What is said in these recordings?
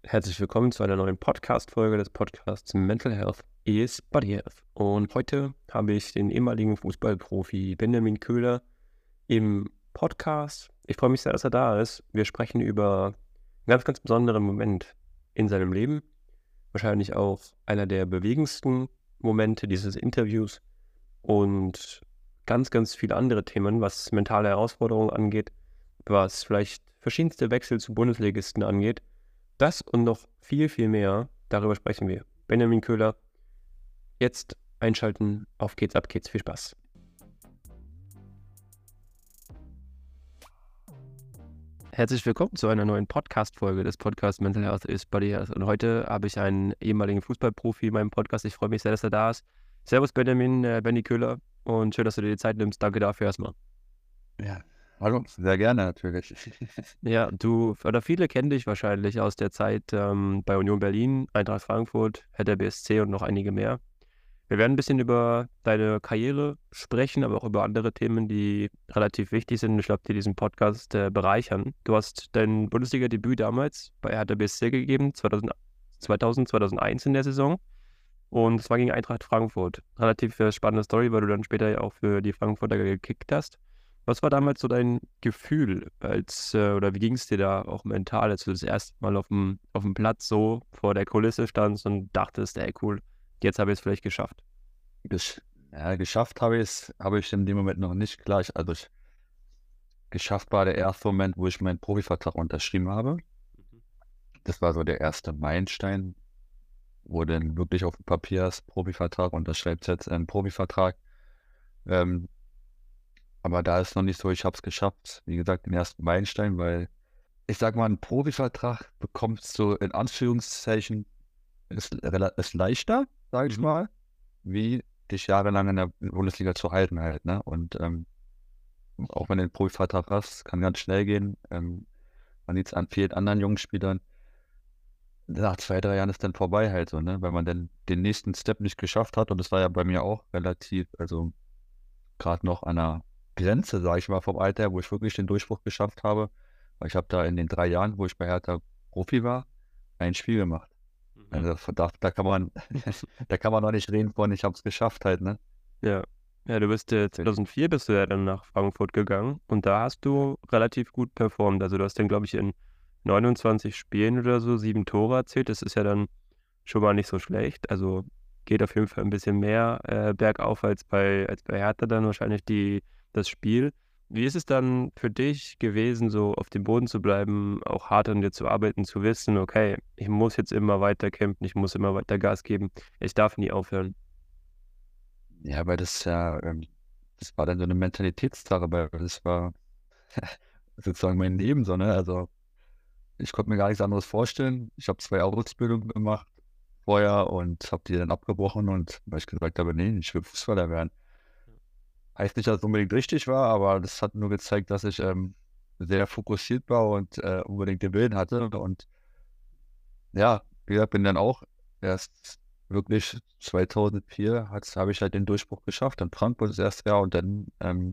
Herzlich willkommen zu einer neuen Podcast-Folge des Podcasts Mental Health is Body Health. Und heute habe ich den ehemaligen Fußballprofi Benjamin Köhler im Podcast. Ich freue mich sehr, dass er da ist. Wir sprechen über einen ganz, ganz besonderen Moment in seinem Leben. Wahrscheinlich auch einer der bewegendsten Momente dieses Interviews und ganz, ganz viele andere Themen, was mentale Herausforderungen angeht, was vielleicht verschiedenste Wechsel zu Bundesligisten angeht. Das und noch viel, viel mehr, darüber sprechen wir. Benjamin Köhler, jetzt einschalten, auf geht's, ab geht's, viel Spaß. Herzlich willkommen zu einer neuen Podcast-Folge des Podcasts Mental Health is Body Health. Und heute habe ich einen ehemaligen Fußballprofi in meinem Podcast. Ich freue mich sehr, dass er da ist. Servus Benjamin, Benny Köhler, und schön, dass du dir die Zeit nimmst. Danke dafür erstmal. Ja, hallo, sehr gerne natürlich. Ja, du oder viele kennen dich wahrscheinlich aus der Zeit bei Union Berlin, Eintracht Frankfurt, Hertha BSC und noch einige mehr. Wir werden ein bisschen über deine Karriere sprechen, aber auch über andere Themen, die relativ wichtig sind. Ich glaube, die diesen Podcast bereichern. Du hast dein Bundesliga-Debüt damals bei Hertha BSC gegeben, 2001 in der Saison. Und es war gegen Eintracht Frankfurt. Relativ spannende Story, weil du dann später ja auch für die Frankfurter gekickt hast. Was war damals so dein Gefühl, oder wie ging es dir da auch mental, als du das erste Mal auf dem Platz so vor der Kulisse standst und dachtest, ey cool, jetzt habe ich es vielleicht geschafft? Geschafft habe ich in dem Moment noch nicht gleich. Geschafft war der erste Moment, wo ich meinen Profivertrag unterschrieben habe. Das war so der erste Meilenstein, wo dann wirklich auf dem Papier ist, Profivertrag, unterschreibst jetzt einen Profivertrag. Aber da ist noch nicht so, ich habe es geschafft. Wie gesagt, den ersten Meilenstein, weil ich sag mal, einen Profivertrag bekommst du in Anführungszeichen, ist leichter, sage ich mal, wie dich jahrelang in der Bundesliga zu halten halt, ne? Und auch wenn du den Profivertrag hast, kann ganz schnell gehen. Man sieht es an vielen anderen jungen Spielern. Nach 2, 3 Jahren ist dann vorbei halt so, ne? Weil man dann den nächsten Step nicht geschafft hat. Und das war ja bei mir auch relativ, also gerade noch an der Grenze, sage ich mal, vom Alter, wo ich wirklich den Durchbruch geschafft habe. Weil ich habe da in den 3 Jahren, wo ich bei Hertha Profi war, ein Spiel gemacht. Also da kann man, da kann man noch nicht reden von, ich habe es geschafft halt, ne? Ja. Ja, du bist 2004 bist du ja dann nach Frankfurt gegangen und da hast du relativ gut performt. Also du hast dann, glaube ich, in 29 Spielen oder so 7 Tore erzielt. Das ist ja dann schon mal nicht so schlecht. Also geht auf jeden Fall ein bisschen mehr bergauf als bei Hertha dann wahrscheinlich das Spiel. Wie ist es dann für dich gewesen, so auf dem Boden zu bleiben, auch hart an dir zu arbeiten, zu wissen, okay, ich muss jetzt immer weiter kämpfen, ich muss immer weiter Gas geben, ich darf nie aufhören? Ja, weil das war dann so eine Mentalitätssache, weil das war sozusagen mein Leben so, ne? Also ich konnte mir gar nichts anderes vorstellen. Ich habe 2 Ausbildungen gemacht vorher und habe die dann abgebrochen und weil ich gesagt habe, nee, ich will Fußballer werden. Heißt nicht, dass es unbedingt richtig war, aber das hat nur gezeigt, dass ich sehr fokussiert war und unbedingt den Willen hatte. Und ja, wie gesagt, bin dann auch erst wirklich 2004 habe ich halt den Durchbruch geschafft in Frankfurt das erste Jahr und dann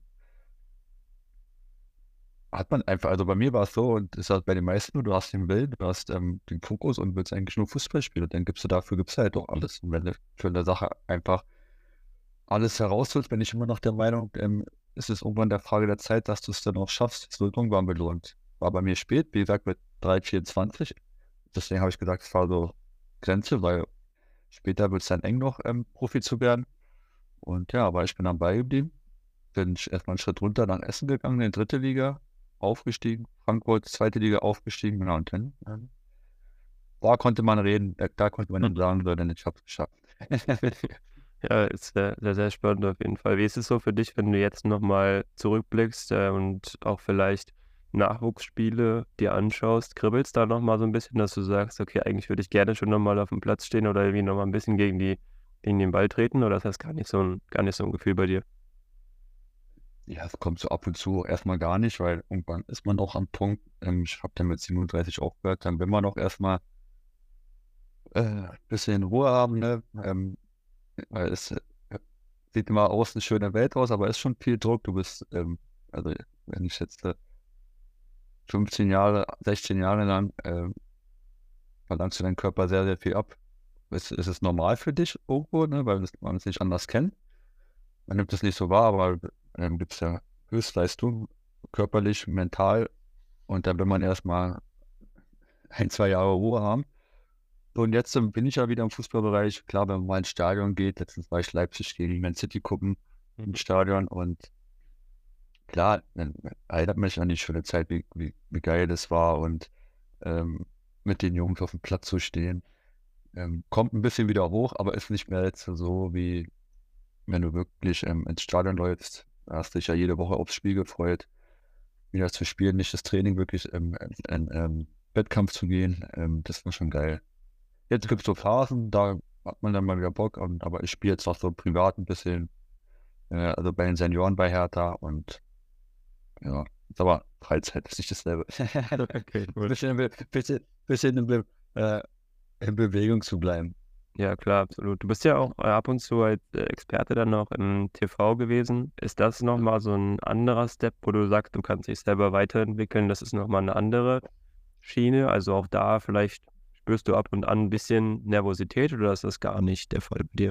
hat man einfach, also bei mir war es so und ist halt bei den meisten, du hast den Willen, du hast den Fokus und willst eigentlich nur Fußball spielen und dann gibst du halt auch alles. Und wenn du für eine Sache einfach alles herausholst, bin ich immer noch der Meinung, ist es irgendwann der Frage der Zeit, dass du es dann auch schaffst. Es wird irgendwann belohnt. War bei mir spät, wie gesagt, mit 3, 24. Deswegen habe ich gesagt, es war so Grenze, weil später wird es dann eng noch, Profi zu werden. Und ja, aber ich bin am Ball geblieben. Bin ich erstmal einen Schritt runter nach Essen gegangen, in die 3. Liga, aufgestiegen. Frankfurt, 2. Liga aufgestiegen. Genau, und dann, da konnte man reden, da konnte man dann sagen, so, denn ich habe es geschafft. Ja, ist sehr, sehr, sehr spannend auf jeden Fall. Wie ist es so für dich, wenn du jetzt nochmal zurückblickst und auch vielleicht Nachwuchsspiele dir anschaust? Kribbelst da nochmal so ein bisschen, dass du sagst, okay, eigentlich würde ich gerne schon nochmal auf dem Platz stehen oder irgendwie nochmal ein bisschen gegen den Ball treten, oder ist das gar nicht so ein Gefühl bei dir? Ja, es kommt so ab und zu erstmal gar nicht, weil irgendwann ist man auch am Punkt, ich habe dann mit 37 aufgehört, dann will man auch erstmal bisschen Ruhe haben, ne? Weil es sieht immer aus eine schöne Welt aus, aber es ist schon viel Druck. Du bist, also wenn ich jetzt 15 Jahre, 16 Jahre lang verlangst du deinen Körper sehr, sehr viel ab. Ist es normal für dich irgendwo, ne? Weil man es nicht anders kennt. Man nimmt es nicht so wahr, aber gibt es ja Höchstleistung, körperlich, mental. Und dann will man erstmal 1, 2 Jahre Ruhe haben. Und jetzt bin ich ja wieder im Fußballbereich. Klar, wenn man mal ins Stadion geht, letztens war ich Leipzig gegen Man City gucken im Stadion und klar, dann erinnert mich an die schöne Zeit, wie geil das war und mit den Jungs auf dem Platz zu stehen. Kommt ein bisschen wieder hoch, aber ist nicht mehr jetzt so, wie wenn du wirklich ins Stadion läufst. Da hast dich ja jede Woche aufs Spiel gefreut, wieder zu spielen, nicht das Training, wirklich in Wettkampf zu gehen. Das war schon geil. Jetzt gibt es so Phasen, da hat man dann mal wieder Bock, aber ich spiele jetzt auch so privat ein bisschen, also bei den Senioren bei Hertha und ja, ist aber Freizeit, ist nicht dasselbe. Okay, cool. Bisschen in Bewegung zu bleiben. Ja, klar, absolut. Du bist ja auch ab und zu als Experte dann noch im TV gewesen. Ist das nochmal so ein anderer Step, wo du sagst, du kannst dich selber weiterentwickeln? Das ist nochmal eine andere Schiene. Also auch da vielleicht spürst du ab und an ein bisschen Nervosität oder ist das gar nicht der Fall bei dir?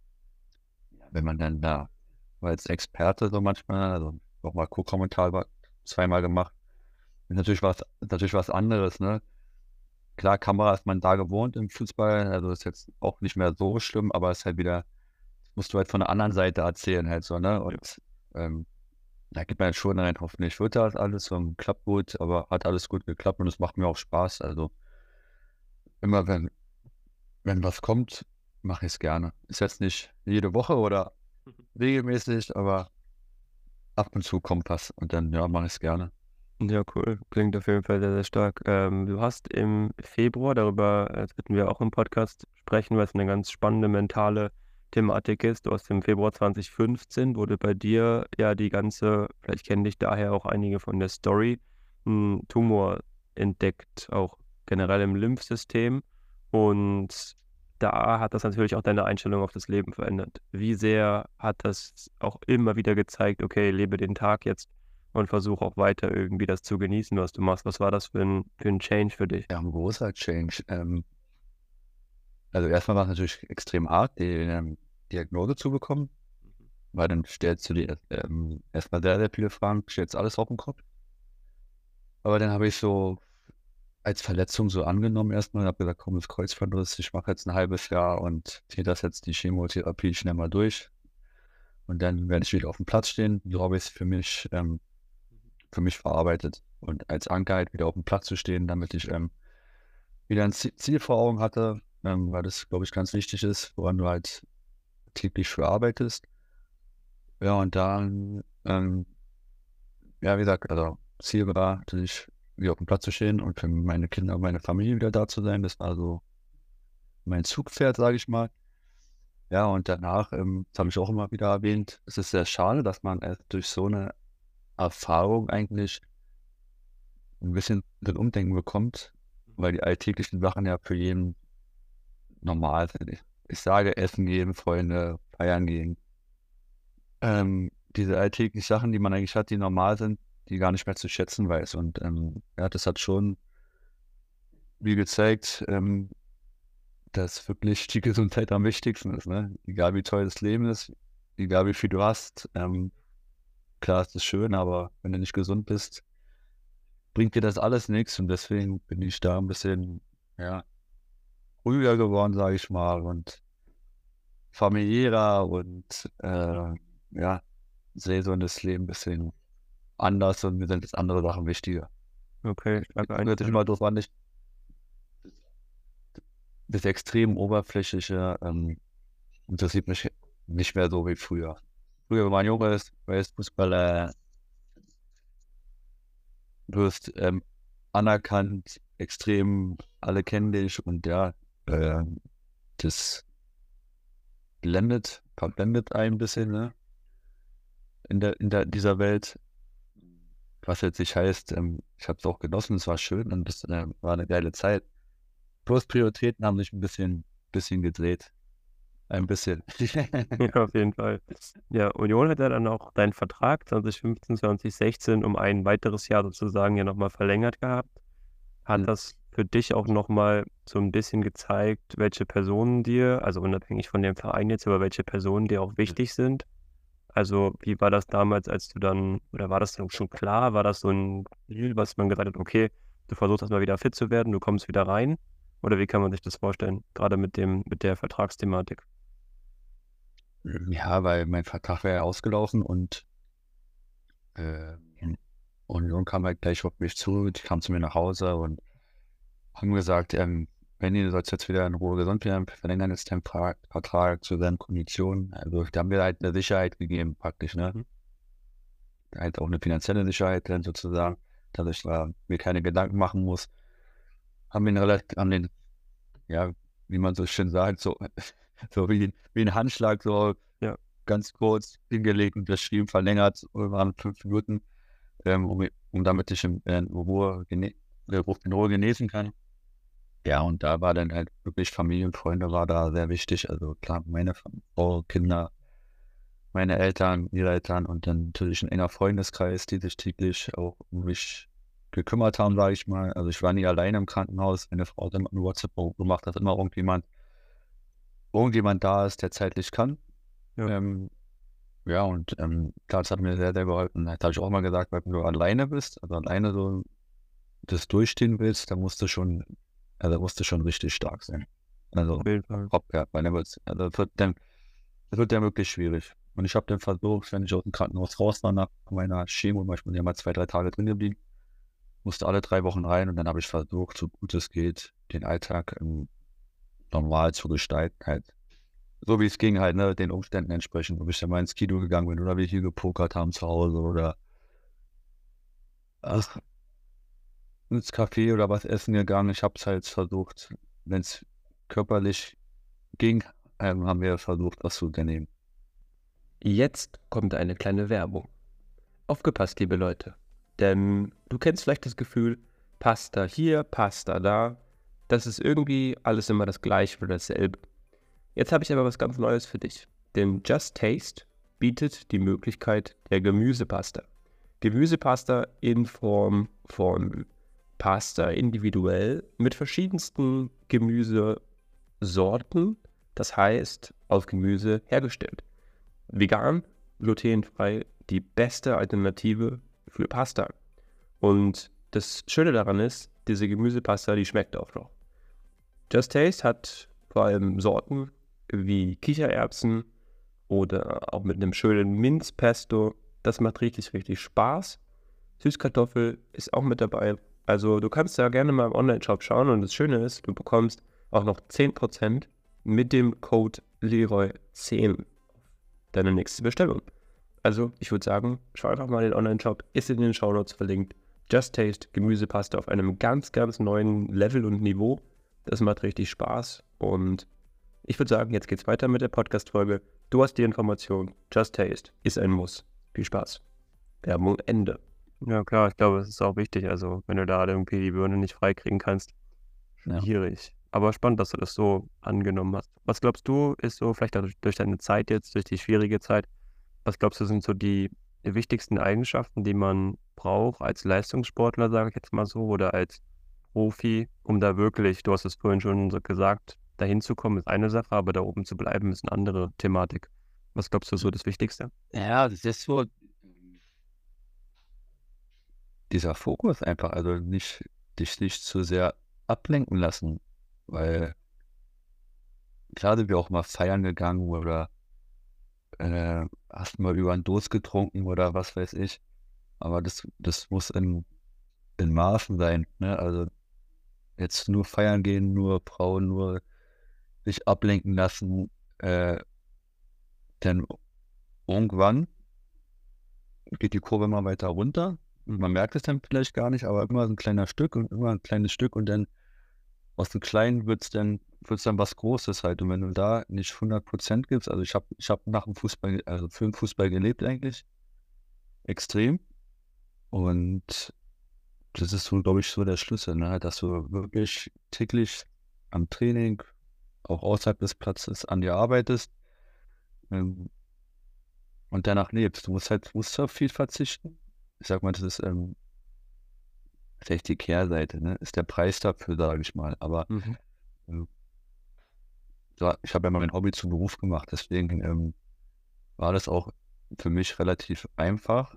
Wenn man dann da war als Experte so manchmal, also auch mal Co-Kommentar 2-mal gemacht, ist natürlich was anderes, ne? Klar, Kamera ist man da gewohnt im Fußball, also ist jetzt auch nicht mehr so schlimm, aber es ist halt wieder, musst du halt von der anderen Seite erzählen halt so, ne? Und da geht man jetzt schon rein, hoffentlich wird das alles und klappt gut, aber hat alles gut geklappt und es macht mir auch Spaß. Also immer wenn was kommt, mache ich es gerne. Ist jetzt nicht jede Woche oder regelmäßig, aber ab und zu kommt was und dann, ja, mache ich es gerne. Ja, cool. Klingt auf jeden Fall sehr, sehr stark. Du hast im Februar, darüber werden wir auch im Podcast sprechen, weil es eine ganz spannende mentale Thematik ist. Du hast im Februar 2015, wurde bei dir ja vielleicht kennen dich daher auch einige von der Story, ein Tumor entdeckt, auch generell im Lymphsystem. Und da hat das natürlich auch deine Einstellung auf das Leben verändert. Wie sehr hat das auch immer wieder gezeigt, okay, lebe den Tag jetzt und versuche auch weiter irgendwie das zu genießen, was du machst. Was war das für ein Change für dich? Ja, ein großer Change. Also erstmal war es natürlich extrem hart, die Diagnose zu bekommen, weil dann stellst du dir erstmal sehr, sehr viele Fragen, stellst alles auf den Kopf. Aber dann habe ich so als Verletzung so angenommen erstmal und habe gesagt, komm, das Kreuzbandriss, ich mache jetzt ein halbes Jahr und ziehe das jetzt die Chemotherapie schnell mal durch. Und dann werde ich wieder auf dem Platz stehen. So habe ich es für mich verarbeitet. Und als Anker halt wieder auf dem Platz zu stehen, damit ich wieder ein Ziel vor Augen hatte, weil das, glaube ich, ganz wichtig ist, woran du halt täglich für arbeitest. Ja, und dann, ja, wie gesagt, also Ziel war natürlich wieder auf dem Platz zu stehen und für meine Kinder und meine Familie wieder da zu sein. Das war so mein Zugpferd, sage ich mal. Ja, und danach, das habe ich auch immer wieder erwähnt, es ist sehr schade, dass man erst durch so eine Erfahrung eigentlich ein bisschen den Umdenken bekommt, weil die alltäglichen Sachen ja für jeden normal sind. Ich sage, essen gehen, Freunde, feiern gehen. Diese alltäglichen Sachen, die man eigentlich hat, die normal sind, die gar nicht mehr zu schätzen weiß. Und ja, das hat schon wie gezeigt, dass wirklich die Gesundheit am wichtigsten ist. Ne? Egal wie toll das Leben ist, egal wie viel du hast. Klar ist es schön, aber wenn du nicht gesund bist, bringt dir das alles nichts. Und deswegen bin ich da ein bisschen, ja, ruhiger geworden, sage ich mal, und familiärer und ja, sehe so in das Leben ein bisschen anders und mir sind jetzt andere Sachen wichtiger. Okay, Hört sich immer drauf an, nicht das extrem oberflächliche interessiert mich nicht mehr so wie früher. Früher, wenn man jung ist, weißt Fußballer, wirst anerkannt, extrem, alle kennen dich und ja, das verblendet einen ein bisschen, ne? In dieser Welt, was jetzt nicht heißt, ich habe es auch genossen, es war schön und das war eine geile Zeit. Bloß Prioritäten haben sich ein bisschen gedreht. Ein bisschen. Ja, auf jeden Fall. Ja, Union hat ja dann auch deinen Vertrag 2015, 2016 um ein weiteres Jahr sozusagen ja nochmal verlängert gehabt. Hat das für dich auch nochmal so ein bisschen gezeigt, welche Personen dir, also unabhängig von dem Verein jetzt, aber welche Personen dir auch wichtig sind? Also, wie war das damals, als du dann oder war das dann schon klar? War das so ein Ziel, was man gesagt hat: „Okay, du versuchst erst mal wieder fit zu werden, du kommst wieder rein?“ Oder wie kann man sich das vorstellen, gerade mit der Vertragsthematik? Ja, weil mein Vertrag wäre ja ausgelaufen äh, Union kam halt gleich auf mich zu, die kamen zu mir nach Hause und haben gesagt, Benni, du sollst jetzt wieder in Ruhe gesund werden, wir verlängern jetzt deinen Vertrag zu seinen Konditionen. Also da haben wir halt eine Sicherheit gegeben, praktisch, ne? Mhm. Halt auch eine finanzielle Sicherheit drin sozusagen, dass ich da mir keine Gedanken machen muss. Haben den, ja, wie man so schön sagt, so, so wie ein Handschlag, so Ja, ganz kurz hingelegt und unterschrieben, verlängert, waren 5 Minuten, damit ich in Ruhe genesen kann. Ja, und da war dann halt wirklich Familie und Freunde war da sehr wichtig. Also klar, meine Frau, Kinder, meine Eltern, ihre Eltern und dann natürlich ein enger Freundeskreis, die sich täglich auch um mich gekümmert haben, sage ich mal. Also ich war nie alleine im Krankenhaus. Meine Frau hat immer eine WhatsApp gemacht, dass immer irgendjemand da ist, der zeitlich kann. ja, Ähm, ja, und klar, das hat mir sehr, sehr geholfen. Das habe ich auch mal gesagt, weil wenn du alleine bist, also alleine so das durchstehen willst, dann musst du schon richtig stark sein. Also, auf jeden Fall. ja, weil dann also das wird dann wirklich schwierig. Und ich habe dann versucht, wenn ich aus dem Krankenhaus raus war nach meiner Chemo, ich bin ja mal 2, 3 Tage drin geblieben, musste alle 3 Wochen rein und dann habe ich versucht, so gut es geht, den Alltag normal zu gestalten, halt. So wie es ging halt, ne, den Umständen entsprechend. Ob ich dann mal ins Kino gegangen bin oder wir hier gepokert haben zu Hause oder ach, ins Café oder was essen gegangen. Ich habe es halt versucht, wenn es körperlich ging, haben wir versucht, was zu unternehmen. Jetzt kommt eine kleine Werbung. Aufgepasst, liebe Leute. Denn du kennst vielleicht das Gefühl, Pasta hier, Pasta da. Das ist irgendwie alles immer das Gleiche oder dasselbe. Jetzt habe ich aber was ganz Neues für dich. Denn Just Taste bietet die Möglichkeit der Gemüsepasta. Gemüsepasta in Form von Pasta individuell mit verschiedensten Gemüsesorten, das heißt aus Gemüse hergestellt. Vegan, glutenfrei, die beste Alternative für Pasta. Und das Schöne daran ist, diese Gemüsepasta, die schmeckt auch noch. Just Taste hat vor allem Sorten wie Kichererbsen oder auch mit einem schönen Minzpesto. Das macht richtig, richtig Spaß. Süßkartoffel ist auch mit dabei. Also du kannst da gerne mal im Online-Shop schauen und das Schöne ist, du bekommst auch noch 10% mit dem Code Leroy10 deine nächste Bestellung. Also ich würde sagen, schau einfach mal in den Online-Shop, ist in den Shownotes verlinkt. Just Taste Gemüsepasta auf einem ganz, ganz neuen Level und Niveau. Das macht richtig Spaß und ich würde sagen, jetzt geht's weiter mit der Podcast-Folge. Du hast die Information. Just Taste ist ein Muss. Viel Spaß. Werbung Ende. Ja, klar, ich glaube, es ist auch wichtig. Also, wenn du da irgendwie die Birne nicht freikriegen kannst, Ja. schwierig. Aber spannend, dass du das so angenommen hast. Was glaubst du, ist so, vielleicht durch deine Zeit jetzt, durch die schwierige Zeit, was glaubst du, sind so die wichtigsten Eigenschaften, die man braucht als Leistungssportler, sage ich jetzt mal so, oder als Profi, um da wirklich, du hast es vorhin schon so gesagt, dahin zu kommen ist eine Sache, aber da oben zu bleiben ist eine andere Thematik. Was glaubst du so das Wichtigste? Ja, das ist so dieser Fokus einfach, also dich nicht zu sehr ablenken lassen, weil klar sind wir auch mal feiern gegangen oder hast mal über 'n Durst getrunken oder was weiß ich, aber das muss in Maßen sein, ne? Also, jetzt nur feiern gehen, nur Frauen, nur sich ablenken lassen, denn irgendwann geht die Kurve immer weiter runter und man merkt es dann vielleicht gar nicht, aber immer so 'n kleiner Stück und immer 'n kleines Stück und dann aus dem Kleinen wird's dann was Großes halt. Und wenn du da nicht 100% gibst, also ich habe nach dem Fußball, also für den Fußball gelebt eigentlich, extrem. Und das ist so, glaube ich, so der Schlüssel, ne, dass du wirklich täglich am Training, auch außerhalb des Platzes an dir arbeitest, ähm, und danach lebst. Du musst auf viel verzichten. Ich sage mal, das ist, ist echt die Kehrseite, ne? Ist der Preis dafür, sage ich mal. Aber Mhm. ich habe ja mein Hobby zum Beruf gemacht, deswegen war das auch für mich relativ einfach,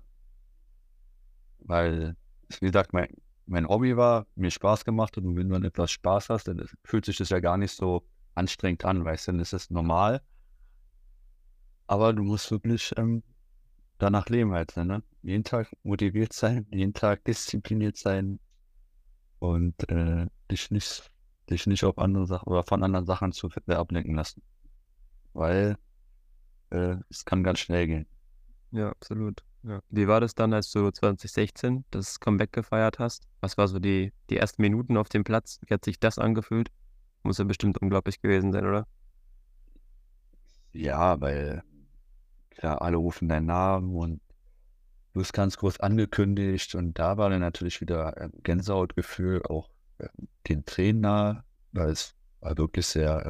weil, wie gesagt, mein Hobby war, mir Spaß gemacht hat und wenn du an etwas Spaß hast, dann fühlt sich das ja gar nicht so anstrengend an, weißt du, dann ist es normal, aber du musst wirklich danach leben halt, ne? Jeden Tag motiviert sein, jeden Tag diszipliniert sein und dich nicht auf andere Sachen oder von anderen Sachen zu ablenken lassen, weil es kann ganz schnell gehen. Ja, absolut. Ja. Wie war das dann, als du 2016 das Comeback gefeiert hast? Was war so die ersten Minuten auf dem Platz? Wie hat sich das angefühlt? Muss ja bestimmt unglaublich gewesen sein, oder? Ja, weil klar, alle rufen deinen Namen und du bist ganz groß angekündigt und da war dann natürlich wieder Gänsehautgefühl, auch den Trainer, weil es war wirklich sehr,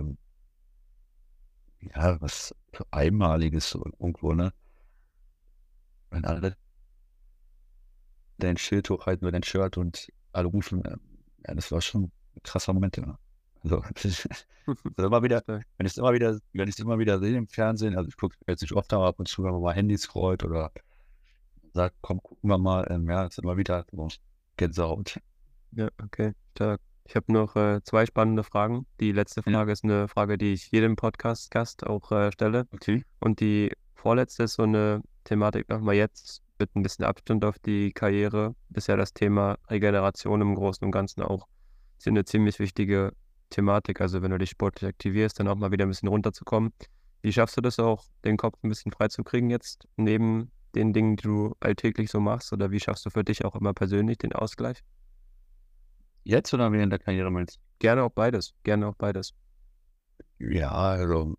ja, was so Einmaliges so irgendwo, ne? Wenn alle dein Schild hochhalten oder dein Shirt und alle rufen, ja, das war schon ein krasser Moment, ja. Also, also immer wieder, Stark. wenn ich es immer wieder sehe im Fernsehen, also ich gucke jetzt nicht oft, aber ab und zu, wenn man mal Handy scrollt oder sagt, komm, gucken wir mal, ja, ist immer wieder so Gänsehaut. Ja, okay, stark. Ich habe noch zwei spannende Fragen. Die letzte Ja, Frage ist eine Frage, die ich jedem Podcast-Gast auch stelle. okay. Und die vorletzte ist so eine Thematik nochmal jetzt mit ein bisschen Abstand auf die Karriere. Ist ja das Thema Regeneration im Großen und Ganzen auch. Ist ja eine ziemlich wichtige Thematik. Also wenn du dich sportlich aktivierst, dann auch mal wieder ein bisschen runterzukommen. Wie schaffst du das auch, den Kopf ein bisschen frei zu kriegen jetzt, neben den Dingen, die du alltäglich so machst? Oder wie schaffst du für dich auch immer persönlich den Ausgleich? Jetzt oder während der Karriere meinst Gerne auch beides. Gerne auch beides. du? Ja, also,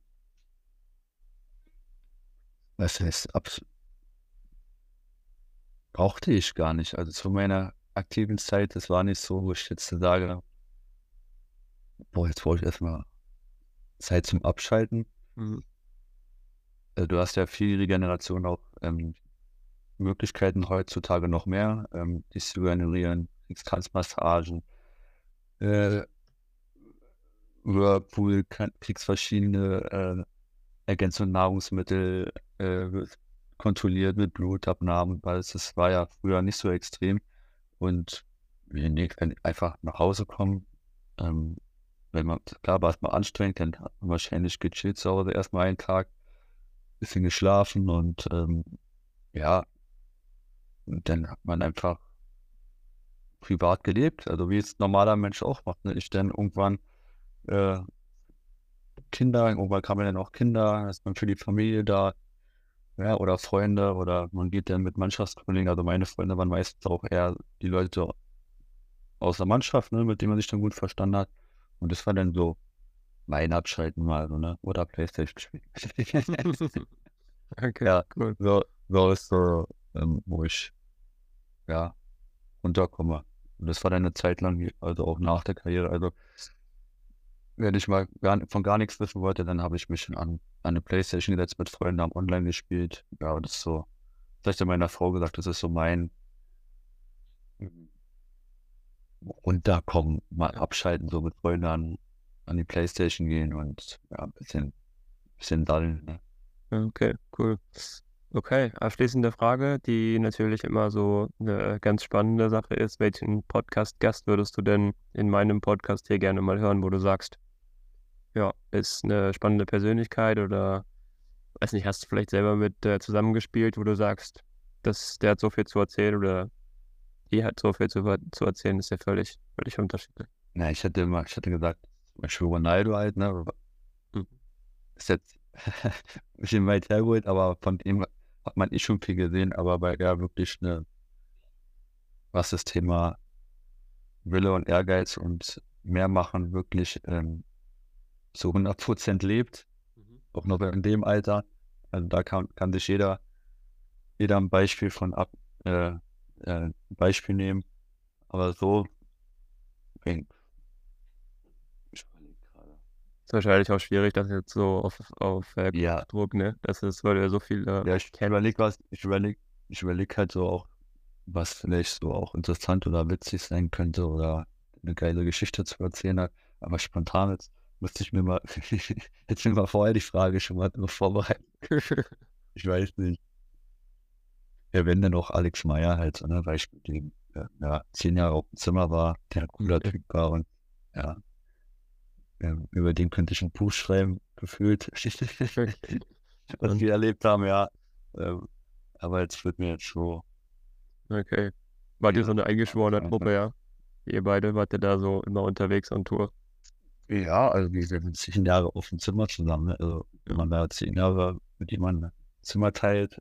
was heißt, brauchte ich gar nicht. Also zu meiner aktiven Zeit, das war nicht so, wo ich jetzt sage, boah, jetzt brauche ich erstmal Zeit zum Abschalten. Mhm. Du hast ja viel Regeneration auch Möglichkeiten heutzutage noch mehr, dich zu regenerieren, kriegst Massagen, äh, Whirlpool, kriegst verschiedene Ergänzungsnahrungsmittel, wird kontrolliert mit Blutabnahmen, weil das war ja früher nicht so extrem. Und wenn einfach nach Hause kommen, ähm, wenn man, klar war es mal anstrengend, dann hat man wahrscheinlich gechillt zu Hause erstmal einen Tag, bisschen geschlafen und ja, und dann hat man einfach privat gelebt, also wie es ein normaler Mensch auch macht. Ne? Ich dann irgendwann äh, irgendwann kamen dann auch Kinder, ist man für die Familie da, ja, oder Freunde oder man geht dann mit Mannschaftskollegen, also meine Freunde waren meistens auch eher die Leute aus der Mannschaft, ne, mit denen man sich dann gut verstanden hat. Und das war dann so mein Abschalten mal, so, ne? Oder Playstation spielen. Okay, Ja, cool. so ist so, wo ich ja runterkomme. Und das war dann eine Zeit lang, also auch nach der Karriere. Also wenn ich mal von gar nichts wissen wollte, dann habe ich mich an eine Playstation gesetzt mit Freunden, haben online gespielt. Ja, das ist so, das habe ich dann meiner Frau gesagt, das ist so mein Runterkommen, mal Ja. abschalten, so mit Freunden an die Playstation gehen und ja, ein bisschen daddeln. Ne? Okay, cool. Okay, abschließende Frage, die natürlich immer so eine ganz spannende Sache ist. Welchen Podcast-Gast würdest du denn in meinem Podcast hier gerne mal hören, wo du sagst, ja, ist eine spannende Persönlichkeit oder, weiß nicht, hast du vielleicht selber mit zusammengespielt, wo du sagst, der hat so viel zu erzählen oder die hat so viel zu erzählen, ist ja völlig unterschiedlich. Ja, ich hatte gesagt, zum Beispiel Ronaldo halt, ne, Mhm. ist jetzt ein bisschen weit hergeholt, aber von ihm hat man schon viel gesehen, aber weil er wirklich was das Thema Wille und Ehrgeiz und mehr machen wirklich zu 100% lebt, Mhm. auch noch in dem Alter. Also da kann sich jeder ein Beispiel ein Beispiel nehmen. Aber so, ich überlege gerade. Ist wahrscheinlich auch schwierig, das jetzt so auf Ja, Druck, ne? Das ist, weil du ja so viel ja, kennst. ich überlege halt so auch. was vielleicht so auch interessant oder witzig sein könnte oder eine geile Geschichte zu erzählen hat. Aber spontan jetzt müsste ich mir mal, hätte mir mal vorher die Frage schon mal vorbereiten. Ich weiß nicht. Ja, wenn dann auch Alex Meyer halt, so, ne, weil ich mit dem 10 Jahre auf dem Zimmer war, der ein cooler Typ war und ja, über den könnte ich ein Buch schreiben, gefühlt, was wir erlebt haben, ja. Aber jetzt wird mir jetzt so, Okay. Wart ihr so eine eingeschworene ja. Truppe, ja? Ihr beide wart ihr da so immer unterwegs on Tour? Ja, also wir sind 10 Jahre auf dem Zimmer zusammen, ne? Also wenn man da 10 Jahre mit jemandem ein Zimmer teilt,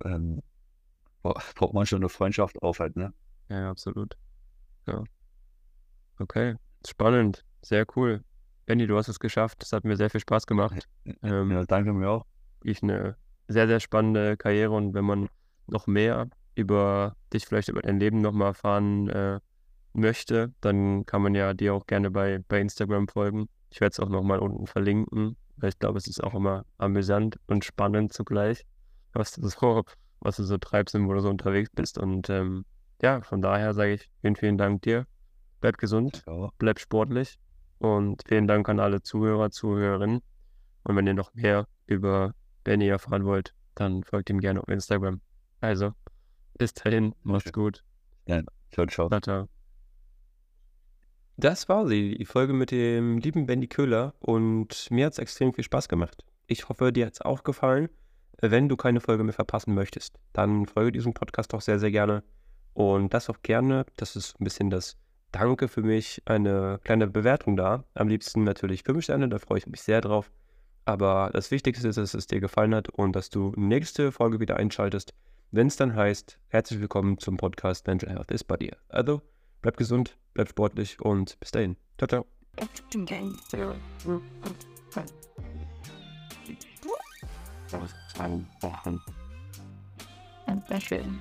baut man schon eine Freundschaft auf halt, ne? Ja, absolut. Ja. Okay. Spannend. Sehr cool. Benny, du hast es geschafft. Das hat mir sehr viel Spaß gemacht. Ja, danke mir auch. Ich eine sehr, sehr spannende Karriere, und wenn man noch mehr über dich, vielleicht über dein Leben nochmal erfahren möchte, dann kann man ja dir auch gerne bei Instagram folgen. Ich werde es auch nochmal unten verlinken, weil ich glaube, es ist auch immer amüsant und spannend zugleich, was du so treibst und wo du so unterwegs bist. Und ja, von daher sage ich vielen, vielen Dank dir. Bleib gesund, Ja. bleib sportlich, und vielen Dank an alle Zuhörer, Zuhörerinnen. Und wenn ihr noch mehr über Benny erfahren wollt, dann folgt ihm gerne auf Instagram. Also, bis dahin, macht's gut. Ja, ciao, ciao. Ciao, ciao. Das war sie, die Folge mit dem lieben Benny Köhler, und mir hat es extrem viel Spaß gemacht. Ich hoffe, dir hat es auch gefallen. Wenn du keine Folge mehr verpassen möchtest, dann folge diesem Podcast doch sehr, sehr gerne, und das auch gerne, das ist ein bisschen das Danke für mich, eine kleine Bewertung da. Am liebsten natürlich 5 Sterne, da freue ich mich sehr drauf. Aber das Wichtigste ist, dass es dir gefallen hat und dass du nächste Folge wieder einschaltest, wenn es dann heißt, herzlich willkommen zum Podcast Mental Health is Body. Also, bleib gesund, bleib sportlich und bis dahin. Ciao, ciao. Schön.